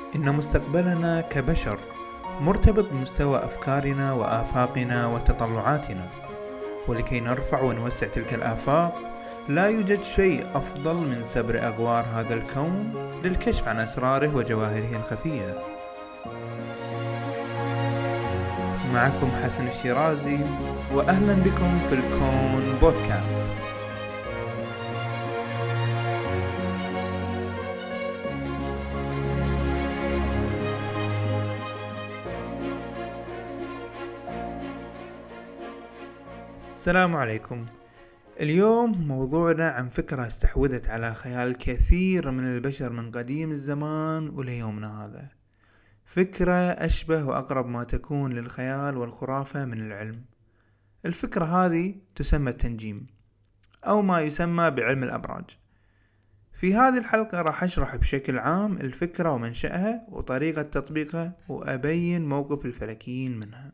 إن مستقبلنا كبشر مرتبط بمستوى أفكارنا وآفاقنا وتطلعاتنا، ولكي نرفع ونوسع تلك الآفاق لا يوجد شيء أفضل من سبر أغوار هذا الكون للكشف عن أسراره وجواهره الخفية. معكم حسن الشيرازي، وأهلا بكم في الكون بودكاست. السلام عليكم. اليوم موضوعنا عن فكرة استحوذت على خيال كثير من البشر من قديم الزمان وليومنا هذا، فكرة أشبه وأقرب ما تكون للخيال والخرافة من العلم. الفكرة هذه تسمى التنجيم، أو ما يسمى بعلم الأبراج. في هذه الحلقة راح أشرح بشكل عام الفكرة ومنشأها وطريقة تطبيقها، وأبين موقف الفلكيين منها.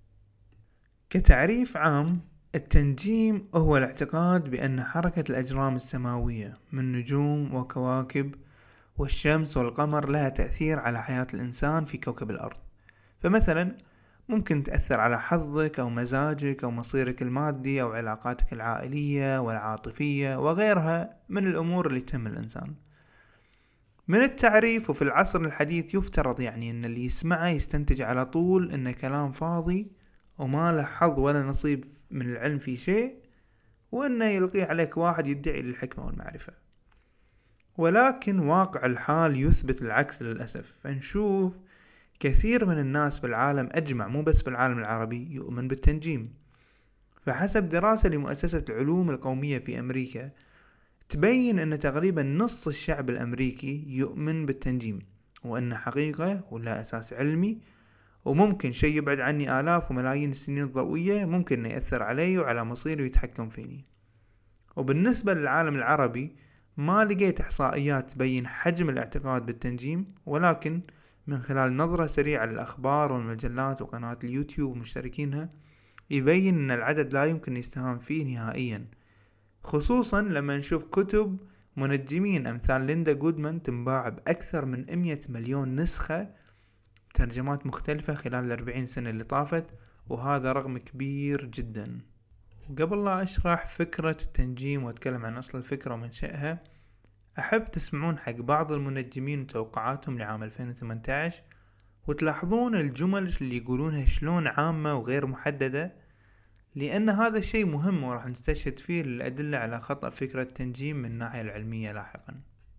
كتعريف عام، التنجيم هو الاعتقاد بأن حركة الأجرام السماوية من نجوم وكواكب والشمس والقمر لها تأثير على حياة الإنسان في كوكب الأرض. فمثلا ممكن تأثر على حظك أو مزاجك أو مصيرك المادي أو علاقاتك العائلية والعاطفية وغيرها من الأمور اللي تهم الإنسان. من التعريف وفي العصر الحديث يفترض أن اللي يسمعه يستنتج على طول أنه كلام فاضي وما له حظ ولا نصيب من العلم في شيء، وأنه يلقيه عليك واحد يدعي للحكمة والمعرفة. ولكن واقع الحال يثبت العكس للأسف. فنشوف كثير من الناس في العالم أجمع، مو بس في العالم العربي، يؤمن بالتنجيم. فحسب دراسة لمؤسسة العلوم القومية في أمريكا تبين أن تقريبا نص الشعب الأمريكي يؤمن بالتنجيم، وأنه حقيقة ولا أساس علمي، وممكن شيء يبعد عني آلاف وملايين السنين الضوئية ممكن أن يأثر علي وعلى مصيري ويتحكم فيني. وبالنسبة للعالم العربي ما لقيت إحصائيات تبين حجم الاعتقاد بالتنجيم، ولكن من خلال نظرة سريعة للأخبار والمجلات وقناة اليوتيوب ومشتركينها يبين أن العدد لا يمكن يستهان فيه نهائيا، خصوصا لما نشوف كتب منجمين أمثال ليندا جودمان تنباع بأكثر من 100 مليون نسخة ترجمات مختلفة خلال 40 سنة اللي طافت، وهذا رقم كبير جدا. وقبل لا أشرح فكرة التنجيم وأتكلم عن أصل الفكرة ومنشأها، أحب تسمعون حق بعض المنجمين وتوقعاتهم لعام 2018 وتلاحظون الجمل اللي يقولونها شلون عامة وغير محددة، لأن هذا الشيء مهم وراح نستشهد فيه للأدلة على خطأ فكرة التنجيم من الناحية العلمية لاحقا.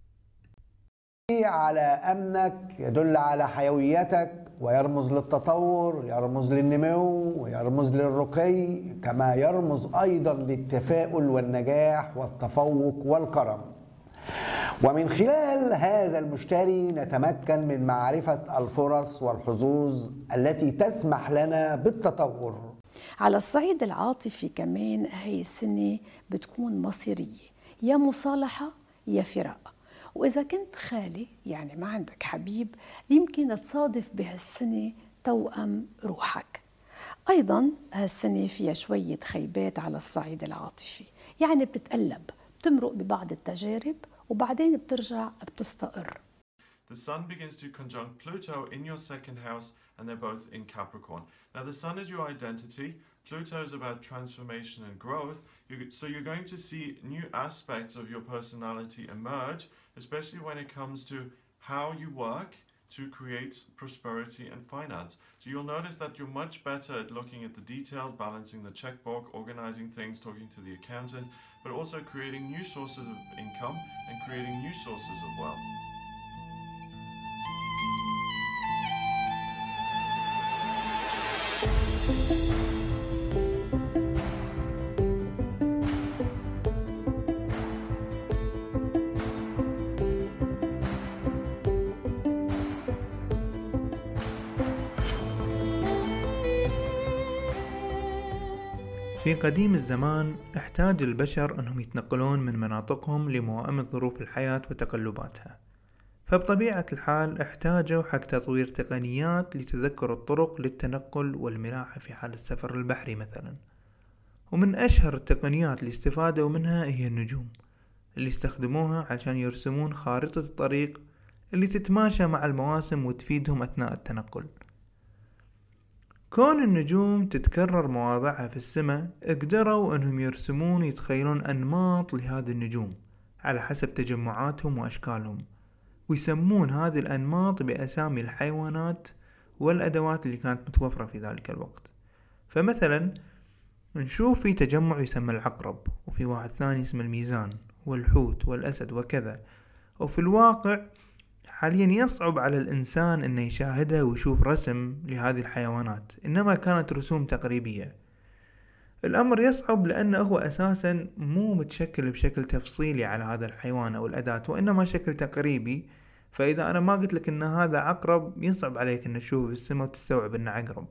على أمنك، يدل على حيويتك، ويرمز للتطور، يرمز للنمو، ويرمز للرقي، كما يرمز أيضا للتفاؤل والنجاح والتفوق والكرم. ومن خلال هذا المشتري نتمكن من معرفة الفرص والحظوظ التي تسمح لنا بالتطور. على الصعيد العاطفي كمان هي السنة بتكون مصيرية، يا مصالحة يا فراق. وإذا كنت خالي ما عندك حبيب، يمكن تصادف بهالسنة توأم روحك. أيضا هالسنة فيها شوية خيبات على الصعيد العاطفي، بتتقلب، بتمرق ببعض التجارب وبعدين بترجع بتستقر. The sun begins to conjunct Pluto in your second house, and they're both in Capricorn. Now the sun is your identity, Pluto is about transformation and growth, so you're going to see new aspects of your personality emerge, especially when it comes to how you work to create prosperity and finance. So you'll notice that you're much better at looking at the details, balancing the checkbook, organizing things, talking to the accountant, but also creating new sources of income and creating new sources of wealth. في قديم الزمان احتاج البشر أنهم يتنقلون من مناطقهم لموائمة ظروف الحياة وتقلباتها، فبطبيعة الحال احتاجوا حق تطوير تقنيات لتذكر الطرق للتنقل والملاحة في حال السفر البحري مثلا. ومن أشهر التقنيات اللي استفادوا منها هي النجوم، اللي استخدموها عشان يرسمون خارطة الطريق اللي تتماشى مع المواسم وتفيدهم أثناء التنقل. كون النجوم تتكرر مواضعها في السماء، قدروا أنهم يرسمون ويتخيلون أنماط لهذه النجوم على حسب تجمعاتهم وأشكالهم، ويسمون هذه الأنماط بأسامي الحيوانات والأدوات اللي كانت متوفرة في ذلك الوقت. فمثلا نشوف في تجمع يسمى العقرب، وفي واحد ثاني اسمه الميزان والحوت والأسد وكذا. وفي الواقع حاليا يصعب على الإنسان أنه يشاهدها ويشوف رسم لهذه الحيوانات، إنما كانت رسوم تقريبية. الأمر يصعب لأنه هو أساسا مو متشكل بشكل تفصيلي على هذا الحيوان أو الأداة، وإنما شكل تقريبي. فإذا أنا ما قلت لك أن هذا عقرب، يصعب عليك أن تشوفه بالسماء وتستوعب أنه عقرب.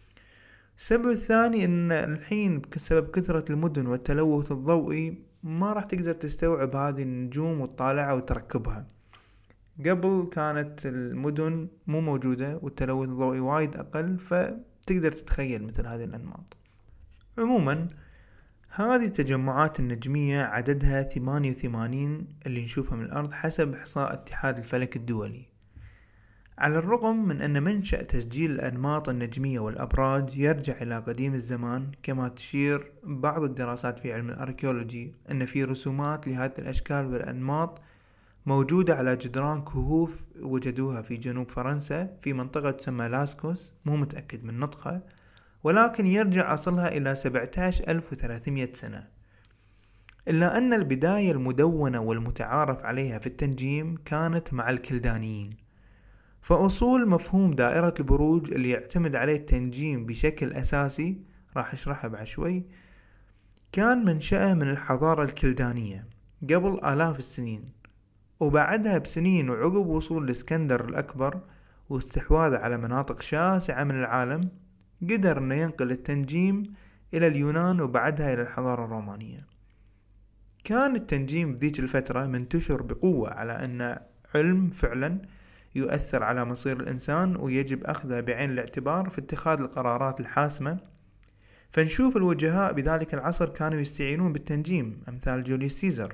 السبب الثاني أن الحين بسبب كثرة المدن والتلوث الضوئي ما راح تقدر تستوعب هذه النجوم وتطالعها وتركبها. قبل كانت المدن مو موجودة والتلوث الضوئي وايد أقل، فتقدر تتخيل مثل هذه الأنماط. عموما هذه التجمعات النجمية عددها 88 اللي نشوفها من الأرض حسب إحصاء اتحاد الفلك الدولي. على الرغم من أن منشأ تسجيل الأنماط النجمية والأبراج يرجع إلى قديم الزمان، كما تشير بعض الدراسات في علم الأركيولوجي أن في رسومات لهذه الأشكال والأنماط موجودة على جدران كهوف وجدوها في جنوب فرنسا في منطقة تسمى لاسكوس، مو متأكد من نطقها، ولكن يرجع أصلها إلى 17300 سنة. إلا أن البداية المدونة والمتعارف عليها في التنجيم كانت مع الكلدانيين. فأصول مفهوم دائرة البروج اللي يعتمد عليه التنجيم بشكل أساسي، راح أشرحها بعد شوي، كان منشأه من الحضارة الكلدانية قبل آلاف السنين. وبعدها بسنين وعقب وصول الإسكندر الأكبر واستحواذه على مناطق شاسعة من العالم، قدر أنه ينقل التنجيم إلى اليونان وبعدها إلى الحضارة الرومانية. كان التنجيم بذيك الفترة منتشر بقوة على أن علم فعلا يؤثر على مصير الإنسان ويجب أخذه بعين الاعتبار في اتخاذ القرارات الحاسمة. فنشوف الوجهاء بذلك العصر كانوا يستعينون بالتنجيم، أمثال جوليوس سيزر.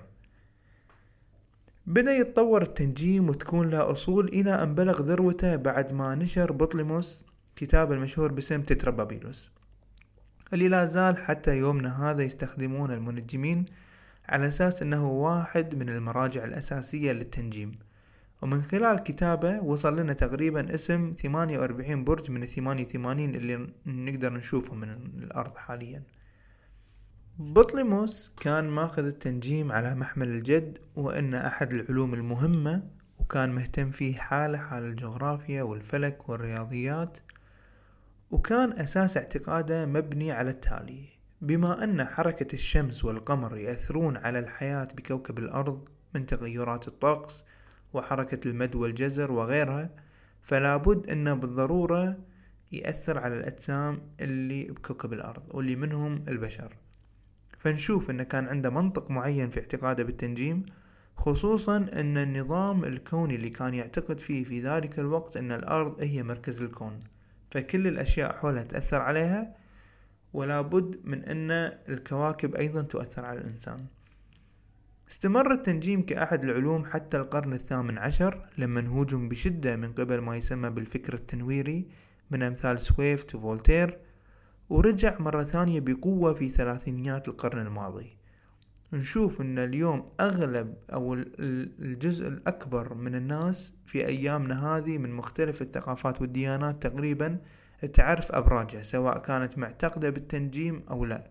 بدأ يتطور التنجيم وتكون له أصول إلى أن بلغ ذروته بعد ما نشر بطليموس كتاب المشهور باسم تترابابيلوس، اللي لا زال حتى يومنا هذا يستخدمون المنجمين على أساس أنه واحد من المراجع الأساسية للتنجيم. ومن خلال كتابه وصل لنا تقريبا اسم 48 برج من 88 اللي نقدر نشوفه من الأرض حاليا. بطليموس كان ماخذ التنجيم على محمل الجد، وأن أحد العلوم المهمة، وكان مهتم فيه حال الجغرافيا والفلك والرياضيات. وكان أساس اعتقاده مبني على التالي: بما أن حركة الشمس والقمر يأثرون على الحياة بكوكب الأرض من تغيرات الطقس وحركة المد والجزر وغيرها، فلا بد أنه بالضرورة يأثر على الأجسام اللي بكوكب الأرض واللي منهم البشر. فنشوف أنه كان عنده منطق معين في اعتقاده بالتنجيم، خصوصا أن النظام الكوني اللي كان يعتقد فيه في ذلك الوقت أن الأرض هي مركز الكون، فكل الأشياء حولها تأثر عليها، ولا بد من أن الكواكب أيضا تؤثر على الإنسان. استمر التنجيم كأحد العلوم حتى القرن 18 لما انهوجم بشدة من قبل ما يسمى بالفكر التنويري من أمثال سويفت وفولتير، ورجع مرة ثانية بقوة في ثلاثينيات القرن الماضي. نشوف أن اليوم أغلب أو الجزء الأكبر من الناس في أيامنا هذه من مختلف الثقافات والديانات تقريبا تعرف أبراجها، سواء كانت معتقدة بالتنجيم أو لا.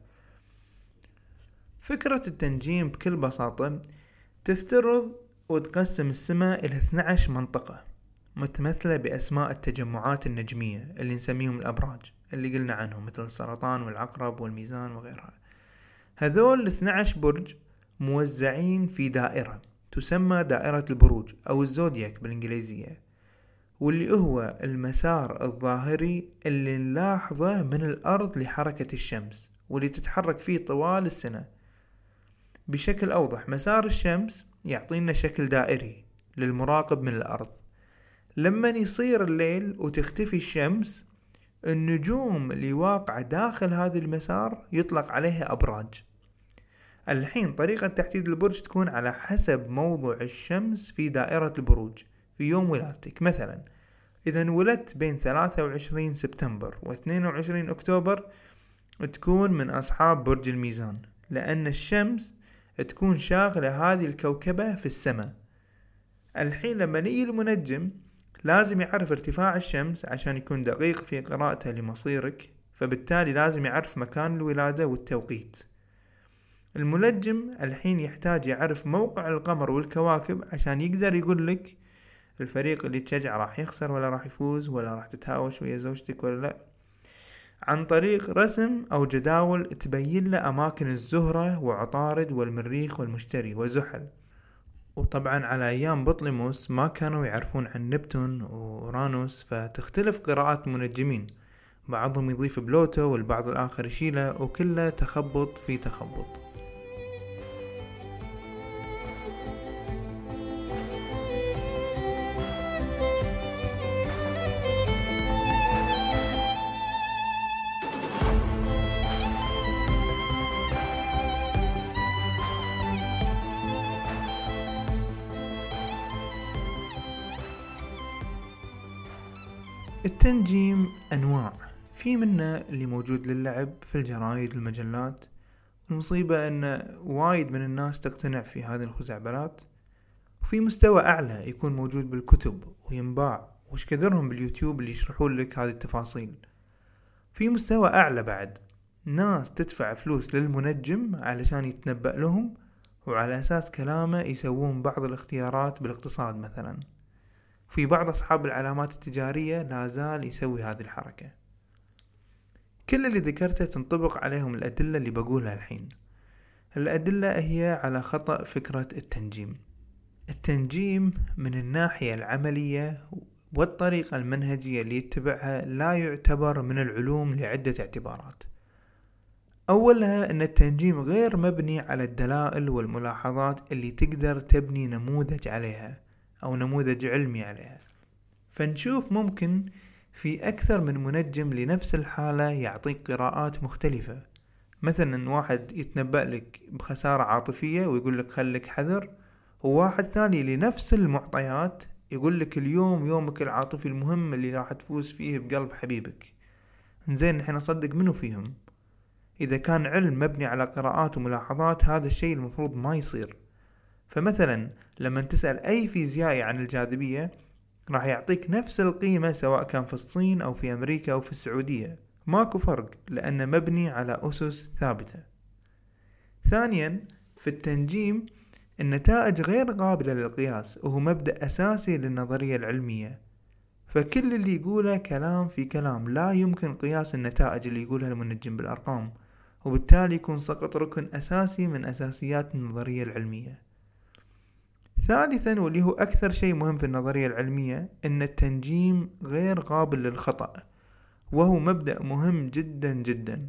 فكرة التنجيم بكل بساطة تفترض وتقسم السماء إلى 12 منطقة متمثلة بأسماء التجمعات النجمية اللي نسميهم الأبراج اللي قلنا عنهم، مثل السرطان والعقرب والميزان وغيرها. هذول 12 برج موزعين في دائرة تسمى دائرة البروج أو الزودياك بالإنجليزية، واللي هو المسار الظاهري اللي نلاحظه من الأرض لحركة الشمس، واللي تتحرك فيه طوال السنة. بشكل أوضح، مسار الشمس يعطينا شكل دائري للمراقب من الأرض. لما يصير الليل وتختفي الشمس، النجوم اللي واقعة داخل هذا المسار يطلق عليها أبراج. الحين طريقة تحديد البرج تكون على حسب موضع الشمس في دائرة البروج، في يوم ولادتك. مثلا إذا انولدت بين 23 سبتمبر و 22 أكتوبر تكون من أصحاب برج الميزان، لأن الشمس تكون شاغلة هذه الكوكبة في السماء. الحين لما نيجي المنجم لازم يعرف ارتفاع الشمس عشان يكون دقيق في قراءته لمصيرك، فبالتالي لازم يعرف مكان الولادة والتوقيت. المنجم الحين يحتاج يعرف موقع القمر والكواكب عشان يقدر يقول لك الفريق اللي تشجع راح يخسر ولا راح يفوز، ولا راح تتهاوش ويا زوجتك ولا لا، عن طريق رسم أو جداول تبين له أماكن الزهرة وعطارد والمريخ والمشتري وزحل. وطبعا على أيام بطليموس ما كانوا يعرفون عن نبتون وأورانوس، فتختلف قراءات المنجمين، بعضهم يضيف بلوتو والبعض الآخر يشيله، وكله تخبط في تخبط. التنجيم أنواع، في منه اللي موجود للعب في الجرايد المجلات، المصيبة أن وايد من الناس تقتنع في هذه الخزعبلات، وفي مستوى أعلى يكون موجود بالكتب وينباع، وش كثرهم باليوتيوب اللي يشرحون لك هذه التفاصيل. في مستوى أعلى بعد ناس تدفع فلوس للمنجم علشان يتنبأ لهم، وعلى أساس كلامه يسوون بعض الاختيارات بالاقتصاد مثلا. في بعض أصحاب العلامات التجارية لازال يسوي هذه الحركة. كل اللي ذكرته تنطبق عليهم الأدلة اللي بقولها الحين. الأدلة هي على خطأ فكرة التنجيم. التنجيم من الناحية العملية والطريقة المنهجية اللي يتبعها لا يعتبر من العلوم لعدة اعتبارات. أولها أن التنجيم غير مبني على الدلائل والملاحظات اللي تقدر تبني نموذج عليها أو نموذج علمي عليها. فنشوف ممكن في أكثر من منجم لنفس الحالة يعطيك قراءات مختلفة. مثلا واحد يتنبأ لك بخسارة عاطفية ويقول لك خليك حذر، وواحد ثاني لنفس المعطيات يقول لك اليوم يومك العاطفي المهم اللي راح تفوز فيه بقلب حبيبك. زين، نحن نصدق منه فيهم؟ إذا كان علم مبني على قراءات وملاحظات هذا الشيء المفروض ما يصير. فمثلا لما تسأل أي فيزيائي عن الجاذبية راح يعطيك نفس القيمة سواء كان في الصين أو في أمريكا أو في السعودية، ماكو فرق لأنه مبني على أسس ثابتة. ثانيا، في التنجيم النتائج غير قابلة للقياس، وهو مبدأ أساسي للنظرية العلمية. فكل اللي يقوله كلام في كلام، لا يمكن قياس النتائج اللي يقولها المنجم بالأرقام، وبالتالي يكون سقط ركن أساسي من أساسيات النظرية العلمية. ثالثا، واللي هو أكثر شيء مهم في النظرية العلمية، أن التنجيم غير قابل للخطأ، وهو مبدأ مهم جدا جدا.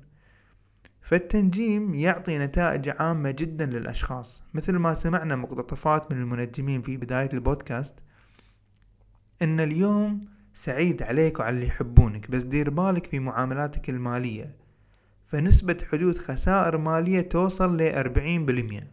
فالتنجيم يعطي نتائج عامة جدا للأشخاص، مثل ما سمعنا مقتطفات من المنجمين في بداية البودكاست، أن اليوم سعيد عليك وعلى اللي يحبونك، بس دير بالك في معاملاتك المالية، فنسبة حدوث خسائر مالية توصل ل 40%.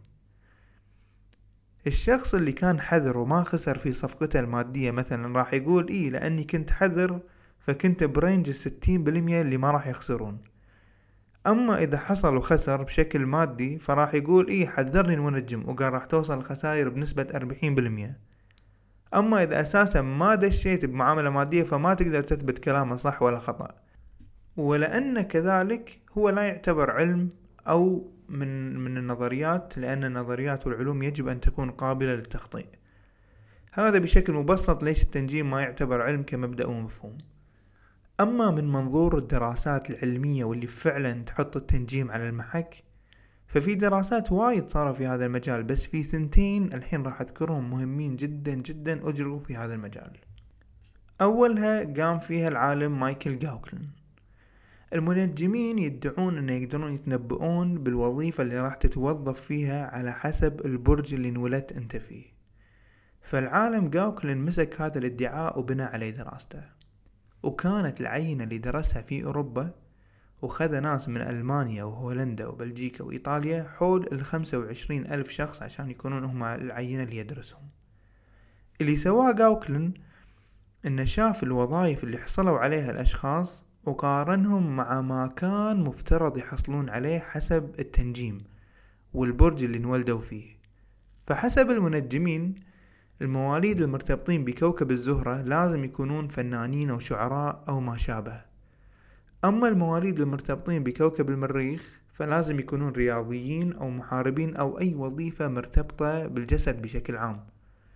الشخص اللي كان حذر وما خسر في صفقته المادية مثلا راح يقول إيه لأني كنت حذر فكنت برينج 60% اللي ما راح يخسرون. أما إذا حصل وخسر بشكل مادي فراح يقول إيه حذرني المنجم وقال راح توصل الخسائر بنسبة 40%. أما إذا أساسا ما دشيت بمعاملة مادية فما تقدر تثبت كلامه صح ولا خطأ. ولأن كذلك هو لا يعتبر علم أو من النظريات، لأن النظريات والعلوم يجب أن تكون قابلة للتخطئ. هذا بشكل مبسط ليش التنجيم ما يعتبر علم كمبدأ ومفهوم. أما من منظور الدراسات العلمية واللي فعلا تحط التنجيم على المحك، ففي دراسات وايد صاروا في هذا المجال، بس في 2 الحين راح أذكرهم مهمين جدا جدا أجروا في هذا المجال. أولها قام فيها العالم مايكل جاوكلين. المنجمين يدعون أن يقدرون يتنبؤون بالوظيفة اللي راح تتوظف فيها على حسب البرج اللي انولدت أنت فيه. فالعالم جاوكلين مسك هذا الادعاء وبنى عليه دراسته، وكانت العينة اللي درسها في أوروبا، وخذ ناس من ألمانيا وهولندا وبلجيكا وإيطاليا حول 25,000 شخص عشان يكونون هم العينة اللي يدرسهم. اللي سواه جاوكلين إنه شاف الوظائف اللي حصلوا عليها الأشخاص وقارنهم مع ما كان مفترض يحصلون عليه حسب التنجيم والبرج اللي انولدوا فيه. فحسب المنجمين المواليد المرتبطين بكوكب الزهرة لازم يكونون فنانين أو شعراء أو ما شابه، أما المواليد المرتبطين بكوكب المريخ فلازم يكونون رياضيين أو محاربين أو أي وظيفة مرتبطة بالجسد بشكل عام.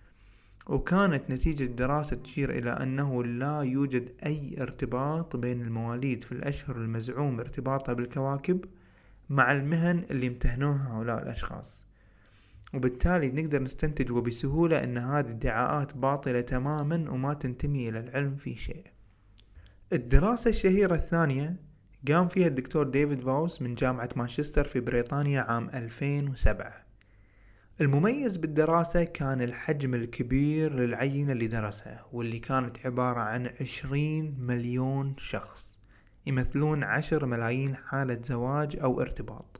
وكانت نتيجة الدراسة تشير إلى أنه لا يوجد أي ارتباط بين المواليد في الأشهر المزعوم ارتباطها بالكواكب مع المهن اللي امتهنوها هؤلاء الأشخاص، وبالتالي نقدر نستنتج وبسهولة أن هذه ادعاءات باطلة تماما وما تنتمي إلى العلم في شيء. الدراسة الشهيرة الثانية قام فيها الدكتور ديفيد فاوس من جامعة مانشستر في بريطانيا عام 2007. المميز بالدراسة كان الحجم الكبير للعينة اللي درسها، واللي كانت عبارة عن 20 مليون شخص يمثلون 10 ملايين حالة زواج أو ارتباط.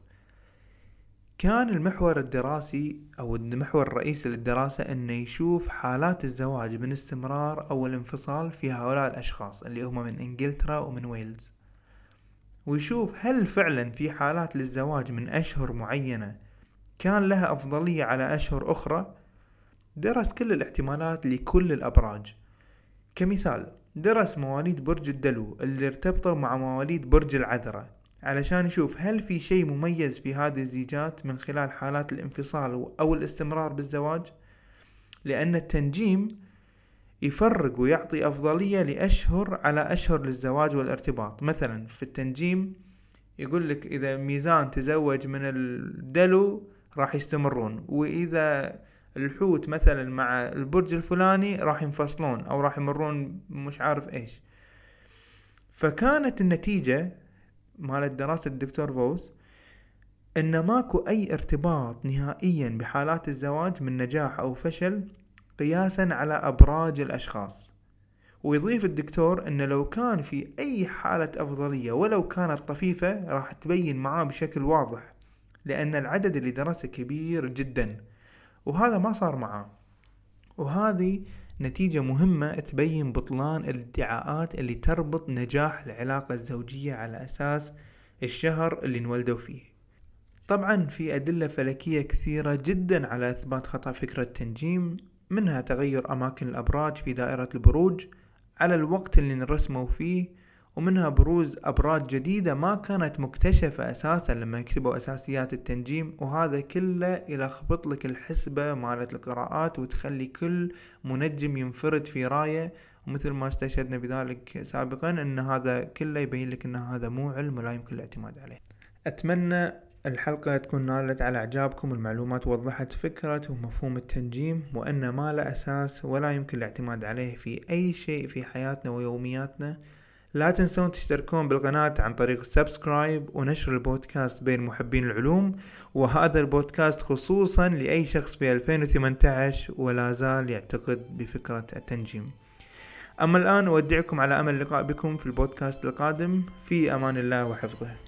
كان المحور الدراسي أو المحور الرئيسي للدراسة أنه يشوف حالات الزواج من استمرار أو الانفصال في هؤلاء الأشخاص اللي هم من إنجلترا ومن ويلز، ويشوف هل فعلا في حالات للزواج من أشهر معينة كان لها أفضلية على أشهر أخرى. درس كل الاحتمالات لكل الأبراج. كمثال درس مواليد برج الدلو اللي ارتبطوا مع مواليد برج العذراء علشان يشوف هل في شيء مميز في هذه الزيجات من خلال حالات الانفصال أو الاستمرار بالزواج، لأن التنجيم يفرق ويعطي أفضلية لأشهر على أشهر للزواج والارتباط. مثلا في التنجيم يقول لك إذا ميزان تزوج من الدلو راح يستمرون، وإذا الحوت مثلا مع البرج الفلاني راح ينفصلون أو راح يمرون مش عارف إيش. فكانت النتيجة مالت دراسة الدكتور فوز إن ماكو أي ارتباط نهائيا بحالات الزواج من نجاح أو فشل قياسا على أبراج الأشخاص. ويضيف الدكتور إن لو كان في أي حالة أفضلية ولو كانت طفيفة راح تبين معاه بشكل واضح، لأن العدد اللي درسه كبير جدا، وهذا ما صار معاه. وهذه نتيجة مهمة تبين بطلان الادعاءات اللي تربط نجاح العلاقة الزوجية على أساس الشهر اللي انولدوا فيه. طبعا في أدلة فلكية كثيرة جدا على إثبات خطأ فكرة التنجيم، منها تغير أماكن الأبراج في دائرة البروج على الوقت اللي نرسموا فيه، ومنها بروز أبراج جديدة ما كانت مكتشفة أساسا لما يكتبوا أساسيات التنجيم، وهذا كله يلخبط لك الحسبة مالت القراءات وتخلي كل منجم ينفرد في راية. ومثل ما استشهدنا بذلك سابقا أن هذا كله يبين لك أن هذا مو علم ولا يمكن الاعتماد عليه. أتمنى الحلقة تكون نالت على إعجابكم. المعلومات وضحت فكرة ومفهوم التنجيم وأن ما له أساس ولا يمكن الاعتماد عليه في أي شيء في حياتنا ويومياتنا. لا تنسون تشتركون بالقناة عن طريق السبسكرايب ونشر البودكاست بين محبين العلوم، وهذا البودكاست خصوصا لأي شخص في 2018 ولا زال يعتقد بفكرة التنجيم. أما الآن أودعكم على أمل اللقاء بكم في البودكاست القادم. في أمان الله وحفظه.